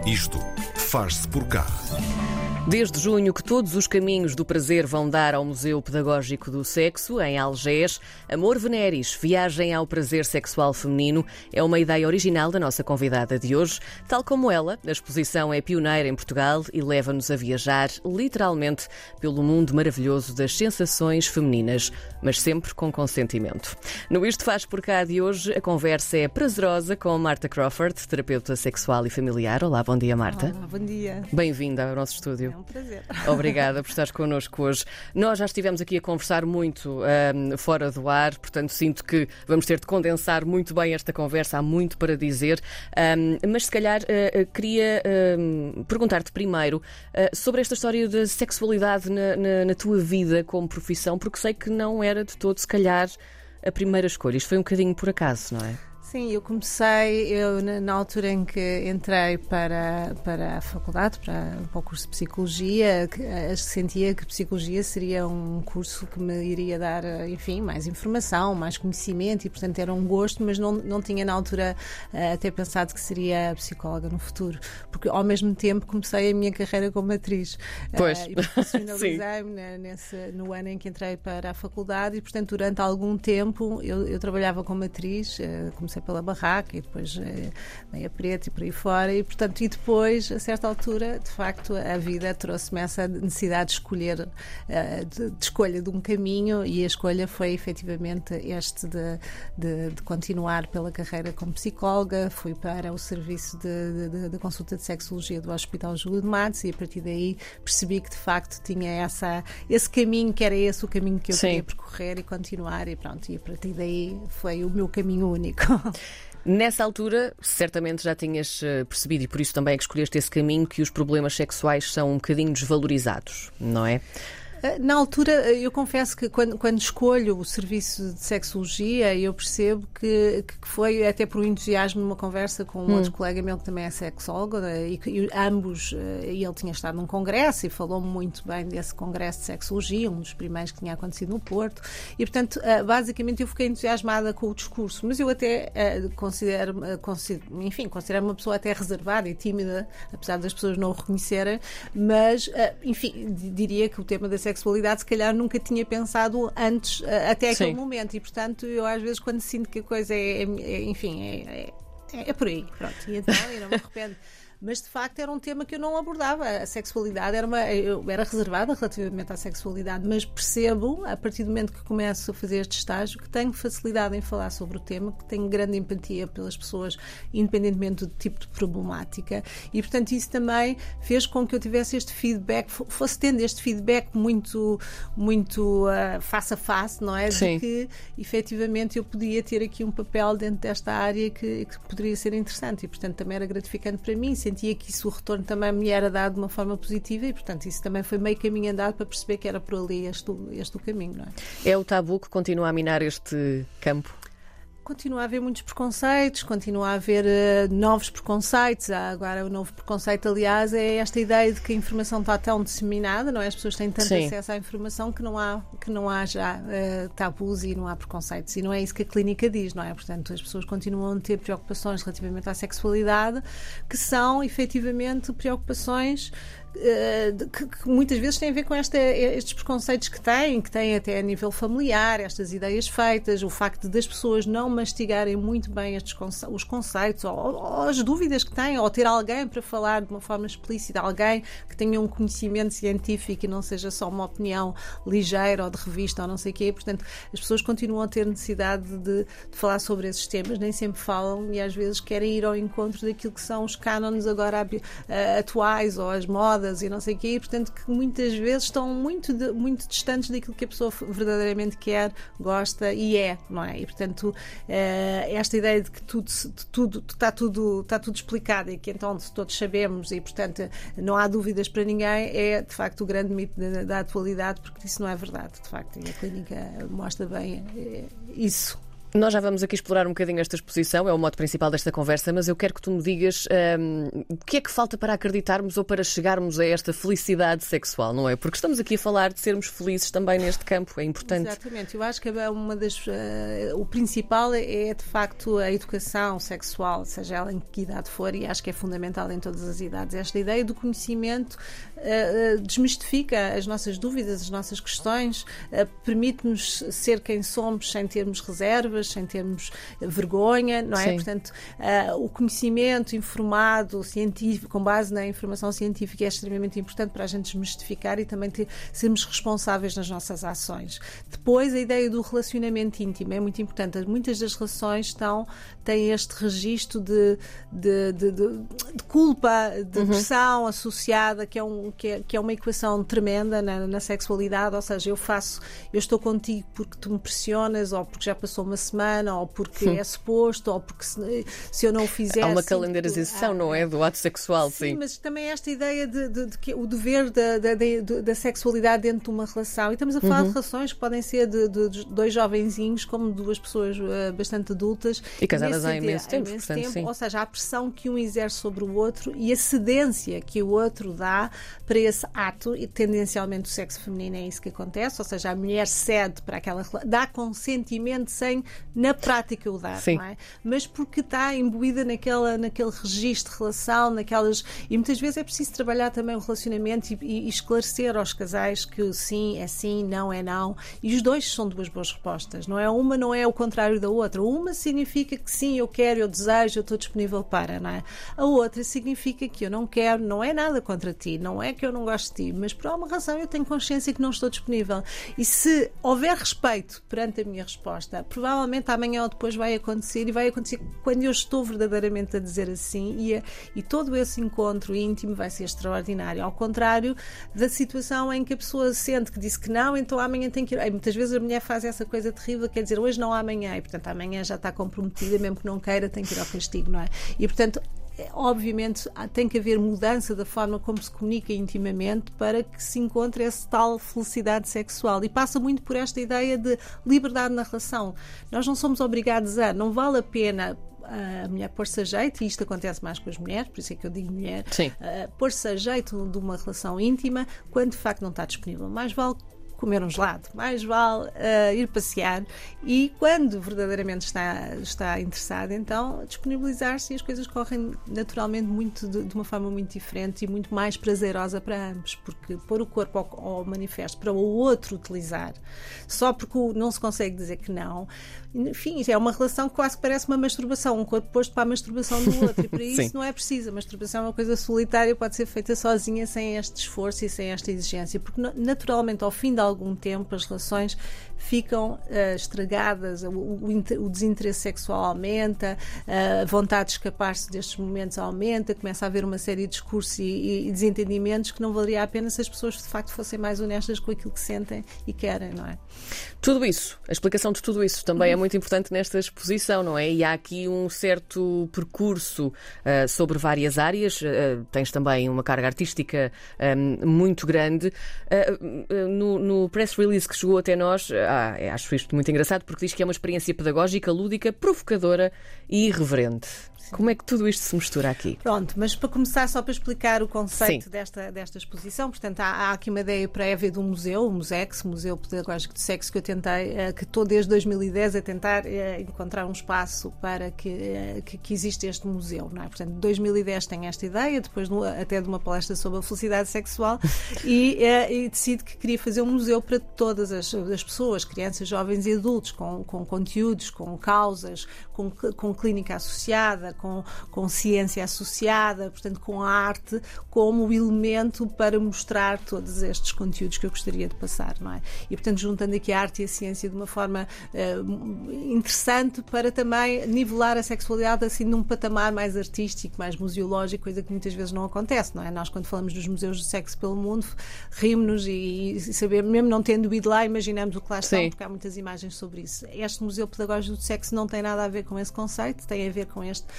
Isto faz-se por cá. Desde junho que todos os caminhos do prazer vão dar ao Museu Pedagógico do Sexo, em Algés. Amor Veneris, viagem ao prazer sexual feminino, é uma ideia original da nossa convidada de hoje. Tal como ela, a exposição é pioneira em Portugal e leva-nos a viajar, literalmente, pelo mundo maravilhoso das sensações femininas, mas sempre com consentimento. No Isto Faz Por Cá de hoje, a conversa é prazerosa com Marta Crawford, terapeuta sexual e familiar. Olá, bom dia, Marta. Olá, bom dia. Bem-vinda ao nosso estúdio. É um prazer. Obrigada por estares connosco hoje. Nós já estivemos aqui a conversar muito fora do ar, portanto sinto que vamos ter de condensar muito bem esta conversa, há muito para dizer, mas se calhar queria perguntar-te primeiro sobre esta história da sexualidade na tua vida como profissão, porque sei que não era de todo, se calhar, a primeira escolha. Isto foi um bocadinho por acaso, não é? Sim, eu comecei, na altura em que entrei para a faculdade, para o curso de Psicologia, sentia que Psicologia seria um curso que me iria dar, enfim, mais informação, mais conhecimento e, portanto, era um gosto, mas não tinha na altura até pensado que seria psicóloga no futuro, porque ao mesmo tempo comecei a minha carreira como atriz. Pois, e profissionalizei-me no ano em que entrei para a faculdade e, portanto, durante algum tempo eu trabalhava como atriz, comecei pela Barraca e depois Meia Preta e por aí fora e, portanto, e depois, a certa altura, de facto, a vida trouxe-me essa necessidade de escolher, de escolha de um caminho, e a escolha foi efetivamente este de continuar pela carreira como psicóloga. Fui para o serviço de consulta de sexologia do Hospital Júlio de Matos e a partir daí percebi que de facto tinha esse caminho, que era esse o caminho que eu queria percorrer e continuar, e pronto, e a partir daí foi o meu caminho único. Nessa altura, certamente já tinhas percebido, e por isso também é que escolheste esse caminho, que os problemas sexuais são um bocadinho desvalorizados, não é? Na altura, eu confesso que quando escolho o serviço de sexologia, eu percebo que foi até por um entusiasmo numa conversa com um outro colega meu que também é sexólogo, e ambos, ele tinha estado num congresso e falou-me muito bem desse congresso de sexologia, um dos primeiros que tinha acontecido no Porto, e portanto, basicamente eu fiquei entusiasmada com o discurso, mas eu até considero-me uma pessoa até reservada e tímida, apesar das pessoas não o reconhecerem, mas, enfim, diria que o tema da sexualidade se calhar nunca tinha pensado antes, até aquele momento, e portanto eu às vezes quando sinto que a coisa é por aí, pronto, e então eu não me arrependo. Mas de facto era um tema que eu não abordava. A sexualidade eu era reservada relativamente à sexualidade, mas percebo, a partir do momento que começo a fazer este estágio, que tenho facilidade em falar sobre o tema, que tenho grande empatia pelas pessoas, independentemente do tipo de problemática, e portanto isso também fez com que eu tivesse este feedback, fosse tendo este feedback muito face a face, não é? Sim. De que efetivamente eu podia ter aqui um papel dentro desta área que poderia ser interessante, e portanto também era gratificante para mim. Sentia que isso, o retorno também me era dado de uma forma positiva e, portanto, isso também foi meio caminho andado para perceber que era por ali este o caminho, não é? É o tabu que continua a minar este campo? Continua a haver muitos preconceitos, continua a haver novos preconceitos. Agora o novo preconceito, aliás, é esta ideia de que a informação está tão disseminada, não é? As pessoas têm tanto acesso à informação que não há já tabus e não há preconceitos. E não é isso que a clínica diz, não é? Portanto, as pessoas continuam a ter preocupações relativamente à sexualidade, que são, efetivamente, preocupações que muitas vezes têm a ver com estes preconceitos que têm até a nível familiar, estas ideias feitas, o facto das pessoas não mastigarem muito bem os conceitos ou as dúvidas que têm, ou ter alguém para falar de uma forma explícita, alguém que tenha um conhecimento científico e não seja só uma opinião ligeira ou de revista ou não sei o quê. Portanto, as pessoas continuam a ter necessidade de falar sobre esses temas, nem sempre falam e às vezes querem ir ao encontro daquilo que são os cânones agora atuais ou as modas e não sei o quê, e portanto que muitas vezes estão muito distantes daquilo que a pessoa verdadeiramente quer, gosta e não é? E portanto esta ideia de que está tudo explicado e que então todos sabemos e portanto não há dúvidas para ninguém é de facto o grande mito da atualidade, porque isso não é verdade, de facto, e a clínica mostra bem isso. Nós já vamos aqui explorar um bocadinho esta exposição, é o mote principal desta conversa, mas eu quero que tu me digas o que é que falta para acreditarmos ou para chegarmos a esta felicidade sexual, não é? Porque estamos aqui a falar de sermos felizes também neste campo, é importante. Exatamente, eu acho que o principal é de facto a educação sexual, seja ela em que idade for, e acho que é fundamental em todas as idades. Esta ideia do conhecimento desmistifica as nossas dúvidas, as nossas questões, permite-nos ser quem somos sem termos reservas, sem termos vergonha, não é? Sim. Portanto, o conhecimento informado, científico, com base na informação científica, é extremamente importante para a gente desmistificar e também sermos responsáveis nas nossas ações. Depois, a ideia do relacionamento íntimo é muito importante. Muitas das relações têm este registro de culpa, de pressão associada, que é uma equação tremenda na sexualidade, ou seja, eu estou contigo porque tu me pressionas, ou porque já passou uma semana, ou porque é suposto, ou porque se eu não o fizer... Há uma calendarização, não é? Do ato sexual, sim. Mas também esta ideia de que o dever da sexualidade dentro de uma relação. E estamos a falar de relações que podem ser de dois jovenzinhos, como duas pessoas bastante adultas. E casadas há imenso tempo, portanto, sim. Ou seja, a pressão que um exerce sobre o outro e a cedência que o outro dá para esse ato, e tendencialmente o sexo feminino é isso que acontece, ou seja, a mulher cede para aquela relação, dá consentimento sem na prática o dar, não é? Mas porque está imbuída naquele registro de relação, e muitas vezes é preciso trabalhar também o relacionamento e esclarecer aos casais que sim é sim, não é não, e os dois são duas boas respostas, não é? Uma não é o contrário da outra. Uma significa que sim, eu quero, eu desejo, eu estou disponível para, não é? A outra significa que eu não quero, não é nada contra ti, não é que eu não gosto de ti, mas por alguma razão eu tenho consciência que não estou disponível. E se houver respeito perante a minha resposta, provavelmente amanhã ou depois vai acontecer, e vai acontecer quando eu estou verdadeiramente a dizer assim, e todo esse encontro íntimo vai ser extraordinário. Ao contrário da situação em que a pessoa sente que disse que não, então amanhã tem que ir. Muitas vezes a mulher faz essa coisa terrível, quer dizer, hoje não há amanhã, e portanto amanhã já está comprometida, mesmo que não queira, tem que ir ao castigo, não é? E portanto, obviamente tem que haver mudança da forma como se comunica intimamente para que se encontre essa tal felicidade sexual, e passa muito por esta ideia de liberdade na relação. Nós não somos obrigados não vale a pena a mulher pôr-se a jeito, e isto acontece mais com as mulheres, por isso é que eu digo mulher, pôr-se a jeito de uma relação íntima quando de facto não está disponível. Mais vale comer um gelado, mais vale ir passear, e quando verdadeiramente está interessado, então disponibilizar-se, e as coisas correm naturalmente de uma forma muito diferente e muito mais prazerosa para ambos, porque pôr o corpo ao manifesto para o outro utilizar, só porque não se consegue dizer que não, enfim, é uma relação que quase parece uma masturbação, um corpo posto para a masturbação do outro, e para isso não é preciso. A masturbação é uma coisa solitária, pode ser feita sozinha, sem este esforço e sem esta exigência, porque naturalmente ao fim de algum tempo as relações ficam estragadas, o desinteresse sexual aumenta, a vontade de escapar-se destes momentos aumenta, começa a haver uma série de discursos e desentendimentos que não valeria a pena se as pessoas de facto fossem mais honestas com aquilo que sentem e querem, não é? Tudo isso, a explicação de tudo isso também é muito importante nesta exposição, não é? E há aqui um certo percurso sobre várias áreas, tens também uma carga artística muito grande. No press release que chegou até nós, acho isto muito engraçado, porque diz que é uma experiência pedagógica, lúdica, provocadora e irreverente. Como é que tudo isto se mistura aqui? Pronto, mas para começar, só para explicar o conceito desta exposição, portanto, há aqui uma ideia prévia do museu, o Musex, Museu Pedagógico de Sexo, que eu tentei, que estou desde 2010 a tentar encontrar um espaço para que exista este museu, não é? Portanto, 2010 tem esta ideia, depois até de uma palestra sobre a felicidade sexual, e decido que queria fazer um museu para todas as pessoas, crianças, jovens e adultos, com conteúdos, com causas, com clínica associada, com ciência associada, portanto com a arte como elemento para mostrar todos estes conteúdos que eu gostaria de passar, não é? E portanto juntando aqui a arte e a ciência de uma forma interessante para também nivelar a sexualidade assim num patamar mais artístico, mais museológico, coisa que muitas vezes não acontece, não é? Nós quando falamos dos museus de sexo pelo mundo rimos-nos e sabemos, mesmo não tendo ido lá, imaginamos o que lá estão, porque há muitas imagens sobre isso. Este Museu Pedagógico de Sexo não tem nada a ver com esse conceito, tem a ver com este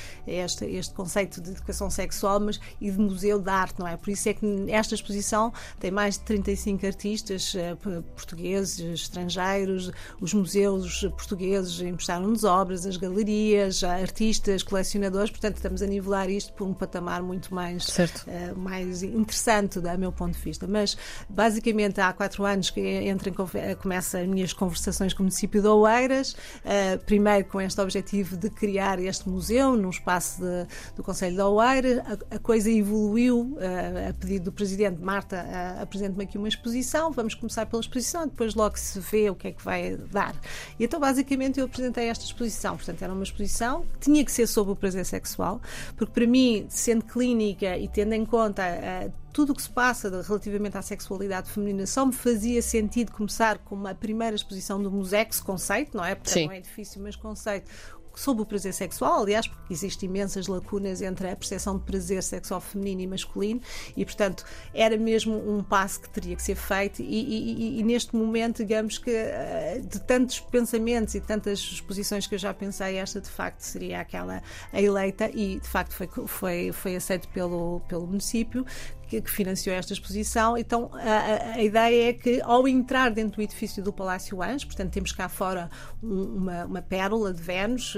este conceito de educação sexual, mas e de museu de arte, não é? Por isso é que esta exposição tem mais de 35 artistas portugueses, estrangeiros, os museus portugueses emprestaram-nos obras, as galerias, artistas, colecionadores, portanto estamos a nivelar isto por um patamar muito mais, mais interessante, do meu ponto de vista. Mas basicamente há 4 anos que começam as minhas conversações com o município de Oeiras, primeiro com este objetivo de criar este museu num espaço do Concelho de Oeiras. A coisa evoluiu a pedido do Presidente. Marta, apresente-me aqui uma exposição, vamos começar pela exposição, depois logo se vê o que é que vai dar. E então basicamente eu apresentei esta exposição, portanto era uma exposição que tinha que ser sobre o prazer sexual, porque para mim, sendo clínica e tendo em conta tudo o que se passa relativamente à sexualidade feminina, só me fazia sentido começar com uma primeira exposição do Musex, conceito, não é? Porque não é edifício, mas conceito, sobre o prazer sexual, aliás, porque existem imensas lacunas entre a percepção de prazer sexual feminino e masculino e, portanto, era mesmo um passo que teria que ser feito e neste momento, digamos que de tantos pensamentos e tantas exposições que eu já pensei, esta de facto seria aquela a eleita e de facto foi aceito pelo município que financiou esta exposição. Então a ideia é que ao entrar dentro do edifício do Palácio Anjos, portanto temos cá fora uma pérola de Vênus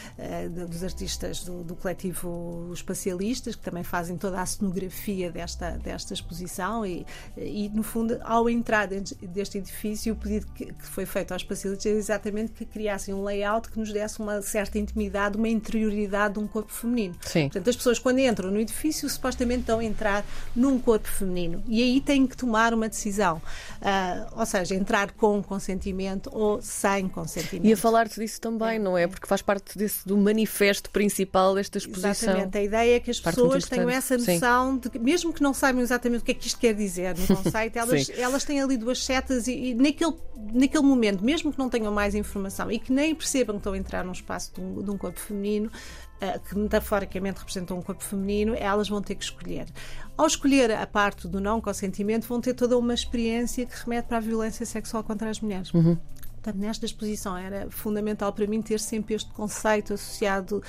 dos artistas do coletivo Espacialistas, que também fazem toda a cenografia desta exposição e no fundo ao entrar deste edifício o pedido que foi feito aos espacialistas é exatamente que criassem um layout que nos desse uma certa intimidade, uma interioridade de um corpo feminino. Sim. Portanto, as pessoas quando entram no edifício supostamente estão a entrar num corpo feminino e aí têm que tomar uma decisão, ou seja, entrar com consentimento ou sem consentimento. E a falar-te disso também, não é? Porque faz parte do manifesto principal desta exposição. Exatamente, a ideia é que as pessoas tenham essa noção de que, mesmo que não saibam exatamente o que é que isto quer dizer no conceito, elas têm ali 2 setas e naquele momento, mesmo que não tenham mais informação e que nem percebam que estão a entrar num espaço de um corpo feminino, que metaforicamente representam um corpo feminino, elas vão ter que escolher. Ao escolher a parte do não consentimento, vão ter toda uma experiência que remete para a violência sexual contra as mulheres. Portanto, nesta exposição era fundamental para mim ter sempre este conceito associado,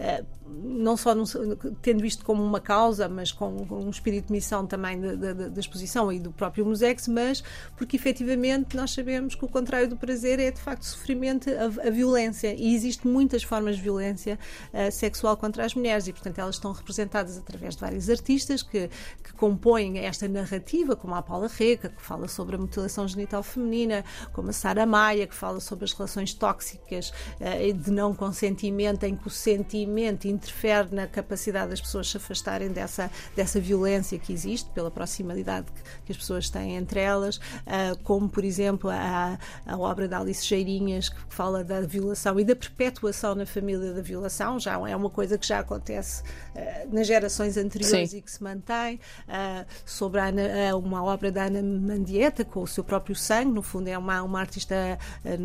não só tendo isto como uma causa, mas com um espírito de missão também da exposição e do próprio Musex, mas porque efetivamente nós sabemos que o contrário do prazer é de facto sofrimento, a violência, e existem muitas formas de violência sexual contra as mulheres e portanto elas estão representadas através de vários artistas que compõem esta narrativa, como a Paula Reca, que fala sobre a mutilação genital feminina, como a Sara Maia, que fala sobre as relações tóxicas de não consentimento, em que o sentimento interfere na capacidade das pessoas se afastarem dessa violência que existe, pela proximidade que as pessoas têm entre elas, como por exemplo a obra da Alice Geirinhas, que fala da violação e da perpetuação na família da violação, já é uma coisa que já acontece nas gerações anteriores e que se mantém, sobre uma obra da Ana Mendieta, com o seu próprio sangue, no fundo é uma artista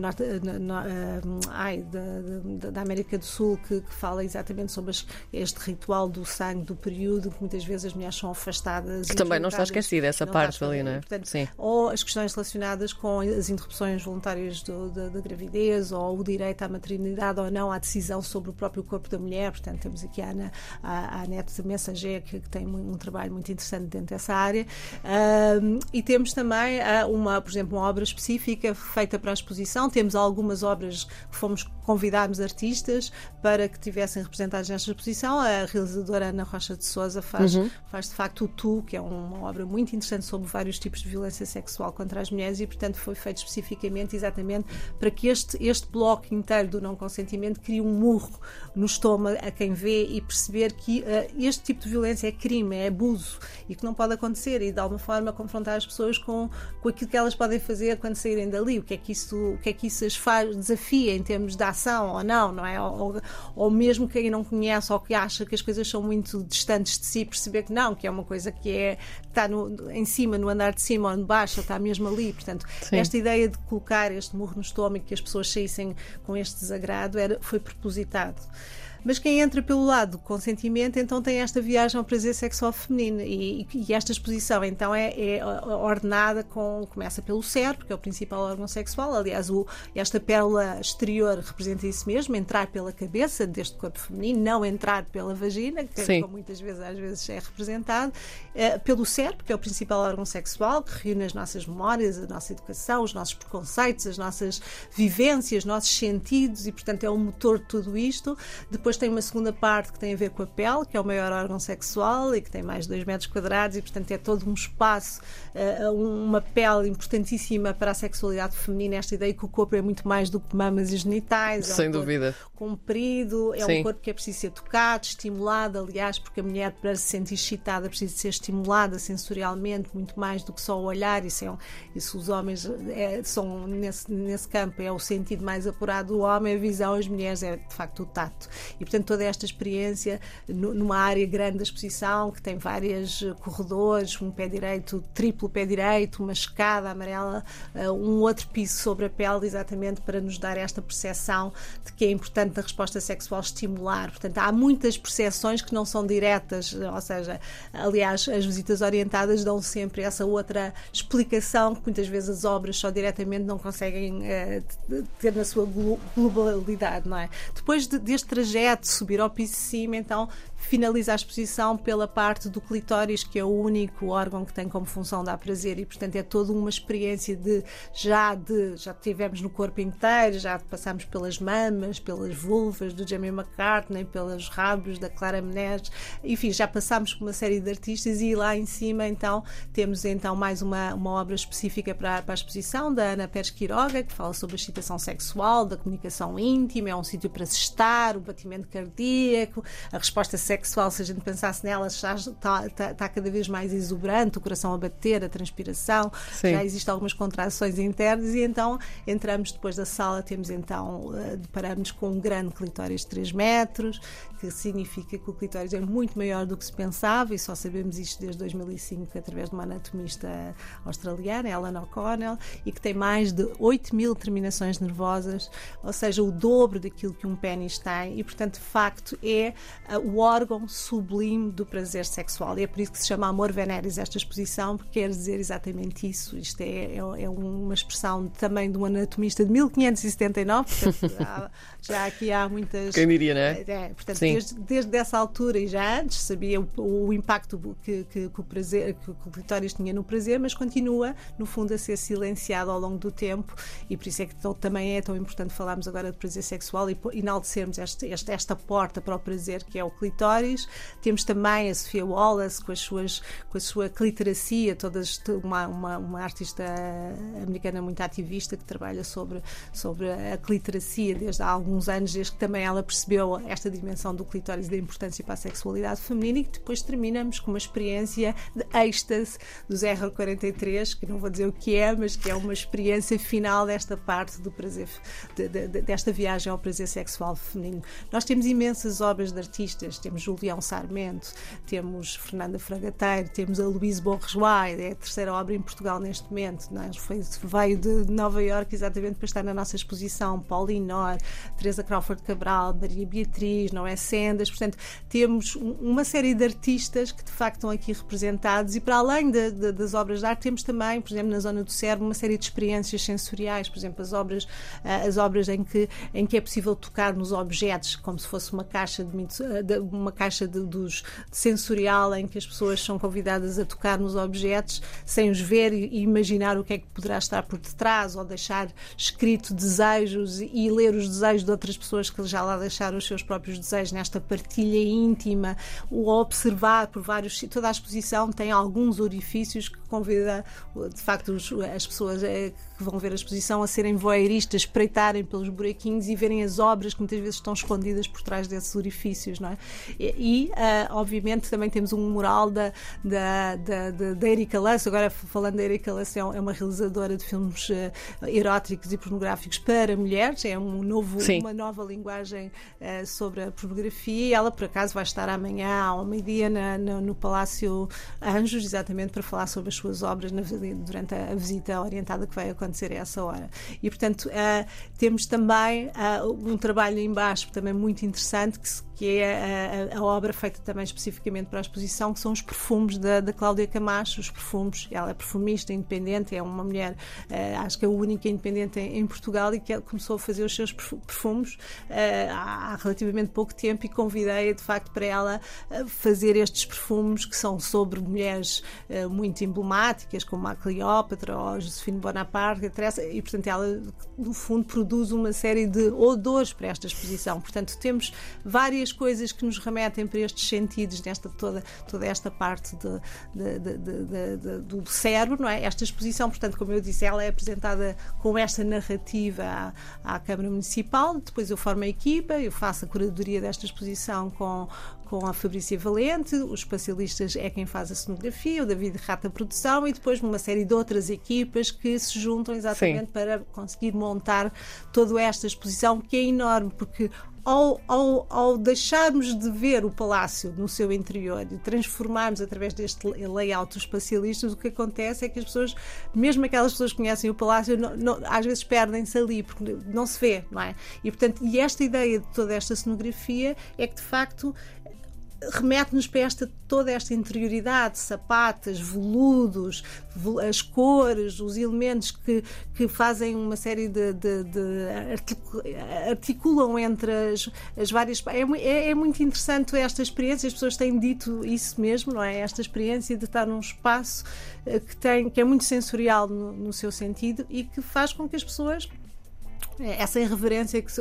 da América do Sul que fala exatamente sobre este ritual do sangue, do período, que muitas vezes as mulheres são afastadas. Que também não está esquecida essa parte ali, não é? Portanto, ou as questões relacionadas com as interrupções voluntárias da gravidez, ou o direito à maternidade ou não, à decisão sobre o próprio corpo da mulher. Portanto, temos aqui a Anete Messager, que tem um trabalho muito interessante dentro dessa área. E temos também, por exemplo, uma obra específica feita para a exposição. Temos algumas obras que convidámos artistas para que tivessem representados nesta exposição. A realizadora Ana Rocha de Sousa faz de facto o Tu, que é uma obra muito interessante sobre vários tipos de violência sexual contra as mulheres e, portanto, foi feito especificamente exatamente para que este bloco inteiro do não consentimento crie um murro no estômago a quem vê e perceber que este tipo de violência é crime, é abuso e que não pode acontecer, e de alguma forma confrontar as pessoas com aquilo que elas podem fazer quando saírem dali, o que é que isso as faz, desafia em termos de ação ou não é? Ou mesmo quem não conhece ou que acha que as coisas são muito distantes de si, perceber que não, que é uma coisa que está em cima, no andar de cima ou de baixo, está mesmo ali. Portanto, esta ideia de colocar este murro no estômago, que as pessoas saíssem com este desagrado, foi propositado. Mas quem entra pelo lado do consentimento, então tem esta viagem ao prazer sexual feminino e esta exposição então é ordenada começa pelo cérebro, que é o principal órgão sexual. Aliás, esta pérola exterior representa isso mesmo, entrar pela cabeça deste corpo feminino, não entrar pela vagina, que como muitas vezes às vezes é representado, pelo cérebro, que é o principal órgão sexual, que reúne as nossas memórias, a nossa educação, os nossos preconceitos, as nossas vivências, os nossos sentidos, e portanto é o motor de tudo isto. Depois tem uma segunda parte que tem a ver com a pele, que é o maior órgão sexual e que tem mais de 2 metros quadrados, e portanto é todo um espaço, uma pele importantíssima para a sexualidade feminina. Esta ideia que o corpo é muito mais do que mamas e genitais, sem dúvida, comprido, é um corpo que é preciso ser tocado, estimulado, aliás, porque a mulher, para se sentir excitada, precisa ser estimulada sensorialmente, muito mais do que só o olhar. Isso os homens são nesse campo, é o sentido mais apurado do homem, a visão, as mulheres é de facto o tato. E portanto toda esta experiência numa área grande da exposição, que tem vários corredores, um pé direito, triplo pé direito, uma escada amarela, um outro piso sobre a pele, exatamente para nos dar esta percepção de que é importante a resposta sexual estimular. Portanto, há muitas percepções que não são diretas, ou seja, aliás, as visitas orientadas dão sempre essa outra explicação que muitas vezes as obras só diretamente não conseguem ter na sua globalidade, não é? Depois deste trajeto, subir ao piso de cima, então finaliza a exposição pela parte do clitóris, que é o único órgão que tem como função dar prazer, e portanto é toda uma experiência já tivemos no corpo inteiro, já passámos pelas mamas, pelas vulvas do Jamie McCartney, pelos rabos da Clara Menezes, enfim, já passámos por uma série de artistas, e lá em cima então temos então mais uma obra específica para a exposição da Ana Pérez Quiroga, que fala sobre a excitação sexual, da comunicação íntima, é um sítio para se estar, o batimento cardíaco, a resposta sexual, se a gente pensasse nela, já está cada vez mais exuberante, o coração a bater, a transpiração, já existem algumas contrações internas, e então entramos depois da sala, temos então, deparamos com um grande clitóris de 3 metros, que significa que o clitóris é muito maior do que se pensava, e só sabemos isto desde 2005 através de uma anatomista australiana, Ellen O'Connell, e que tem mais de 8.000 terminações nervosas, ou seja, o dobro daquilo que um pênis tem, e portanto de facto é o órgão sublime do prazer sexual, e é por isso que se chama Amor Veneris esta exposição, porque quer dizer exatamente isso. Isto é uma expressão também de um anatomista de 1579, portanto já aqui há muitas... Quem diria, não é? Portanto, desde essa altura, e já antes sabia o impacto que o prazer, que o clitóris tinha no prazer, mas continua no fundo a ser silenciado ao longo do tempo, e por isso é que também é tão importante falarmos agora de prazer sexual e enaltecermos esta porta para o prazer, que é o clitóris. Temos também a Sophia Wallace com a sua cliteracia, uma artista americana muito ativista que trabalha sobre a cliteracia desde há alguns anos, desde que também ela percebeu esta dimensão do clitóris e da importância para a sexualidade feminina, e que depois terminamos com uma experiência de êxtase do Error 43, que não vou dizer o que é, mas que é uma experiência final desta parte do prazer, desta viagem ao prazer sexual feminino. Nós temos imensas obras de artistas, temos Julião Sarmento, temos Fernanda Fragateiro, temos a Louise Bourgeois, é a terceira obra em Portugal neste momento, não é? Veio de Nova Iorque exatamente para estar na nossa exposição, Pauline Nor, Teresa Crawford Cabral, Maria Beatriz, não é? Sendas, portanto temos uma série de artistas que de facto estão aqui representados, e para além das obras de arte temos também, por exemplo, na zona do cérebro, uma série de experiências sensoriais, por exemplo, as obras em que é possível tocar nos objetos, como se fosse uma caixa sensorial, em que as pessoas são convidadas a tocar nos objetos sem os ver e imaginar o que é que poderá estar por detrás, ou deixar escrito desejos e ler os desejos de outras pessoas que já lá deixaram os seus próprios desejos nesta partilha íntima, ou observar por toda a exposição tem alguns orifícios que convida de facto as pessoas que vão ver a exposição a serem voyeuristas, espreitarem pelos buraquinhos e verem as obras que muitas vezes estão escondidas por trás desses orifícios, não é? Obviamente também temos um mural da Erika Luss. Agora, falando da Erika Luss, é uma realizadora de filmes eróticos e pornográficos para mulheres, é uma nova linguagem sobre a pornografia, e ela por acaso vai estar amanhã ao meio-dia no Palácio Anjos, exatamente para falar sobre as suas obras durante a visita orientada que vai acontecer a essa hora. E portanto temos também um trabalho em baixo também muito interessante, que que é a obra feita também especificamente para a exposição, que são os perfumes da Cláudia Camacho. Os perfumes, ela é perfumista independente, é uma mulher, acho que é a única independente em Portugal, e que começou a fazer os seus perfumes há relativamente pouco tempo, e convidei-a de facto para ela fazer estes perfumes que são sobre mulheres muito emblemáticas, como a Cleópatra ou a Josefina Bonaparte, e portanto ela no fundo produz uma série de odores para esta exposição. Portanto, temos várias coisas que nos remetem para estes sentidos, nesta toda esta parte do cérebro, não é? Esta exposição, portanto, como eu disse, ela é apresentada com esta narrativa à Câmara Municipal. Depois eu formo a equipa, eu faço a curadoria desta exposição com a Fabrícia Valente, os especialistas é quem faz a cenografia, o David Rata a produção, e depois uma série de outras equipas que se juntam exatamente para conseguir montar toda esta exposição, que é enorme, porque ao deixarmos de ver o palácio no seu interior e transformarmos através deste layout dos espacialistas, o que acontece é que as pessoas, mesmo aquelas pessoas que conhecem o palácio, às vezes perdem-se ali, porque não se vê, não é? E, portanto, esta ideia de toda esta cenografia é que, de facto, remete-nos para toda esta interioridade, sapatas, veludos, as cores, os elementos que fazem uma série de articulam entre as várias... É muito interessante esta experiência, as pessoas têm dito isso mesmo, não é? Esta experiência de estar num espaço que é muito sensorial no seu sentido, e que faz com que as pessoas... Essa irreverência que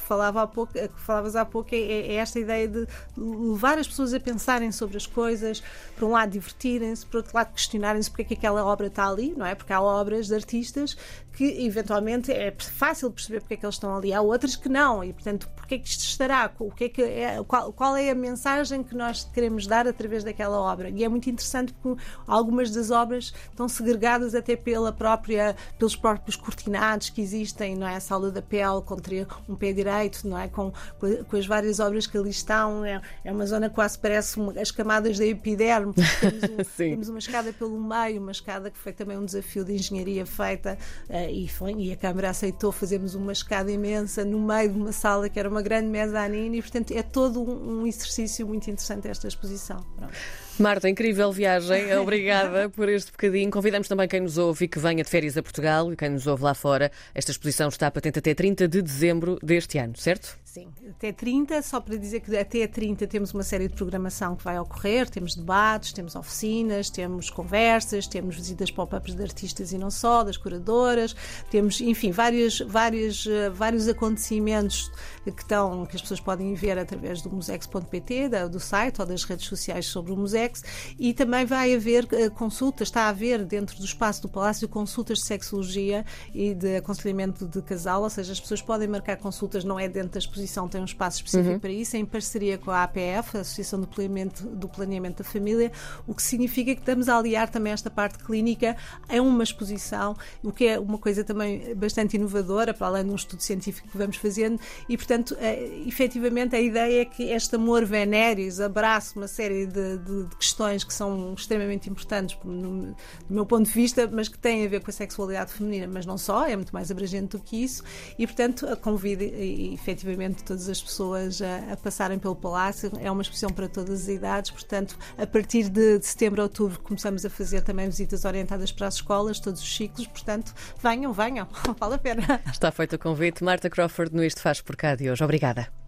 falavas há pouco é esta ideia de levar as pessoas a pensarem sobre as coisas, por um lado divertirem-se, por outro lado questionarem-se porque é que aquela obra está ali, não é? Porque há obras de artistas que eventualmente é fácil perceber porque é que eles estão ali, há outras que não, e portanto porque é que isto estará, qual é a mensagem que nós queremos dar através daquela obra. E é muito interessante porque algumas das obras estão segregadas até pelos próprios cortinados que existem, não é? A Sala da Pele contra um pé direito, não é? Com as várias obras que ali estão, é uma zona que quase parece as camadas da epiderme. Temos uma escada pelo meio, uma escada que foi também um desafio de engenharia feita, e a Câmara aceitou fazermos uma escada imensa no meio de uma sala que era uma grande mezanine, e portanto é todo um exercício muito interessante esta exposição. Pronto. Marta, incrível viagem, obrigada por este bocadinho. Convidamos também quem nos ouve e que venha de férias a Portugal, e quem nos ouve lá fora. Esta exposição está patente até 30 de dezembro deste ano, certo? Sim, até 30, só para dizer que até 30 temos uma série de programação que vai ocorrer, temos debates, temos oficinas, temos conversas, temos visitas pop-ups de artistas e não só, das curadoras, temos, enfim, vários acontecimentos que as pessoas podem ver através do musex.pt, do site ou das redes sociais sobre o Musex, e também vai haver consultas, está a haver dentro do espaço do Palácio consultas de sexologia e de aconselhamento de casal, ou seja, as pessoas podem marcar consultas, não é dentro da exposição, tem um espaço específico para isso, em parceria com a APF, a Associação do Planeamento da Família, o que significa que estamos a aliar também esta parte clínica a uma exposição, o que é uma coisa também bastante inovadora, para além de um estudo científico que vamos fazendo, e portanto, efetivamente a ideia é que este amor venéreos abrace uma série de questões que são extremamente importantes do meu ponto de vista, mas que têm a ver com a sexualidade feminina, mas não só, é muito mais abrangente do que isso, e portanto convido efetivamente todas as pessoas a passarem pelo Palácio. É uma exposição para todas as idades, portanto, a partir de setembro a outubro começamos a fazer também visitas orientadas para as escolas, todos os ciclos, portanto, venham, vale a pena. Está feito o convite. Marta Crawford no Isto Faz Por Cá de hoje. Obrigada.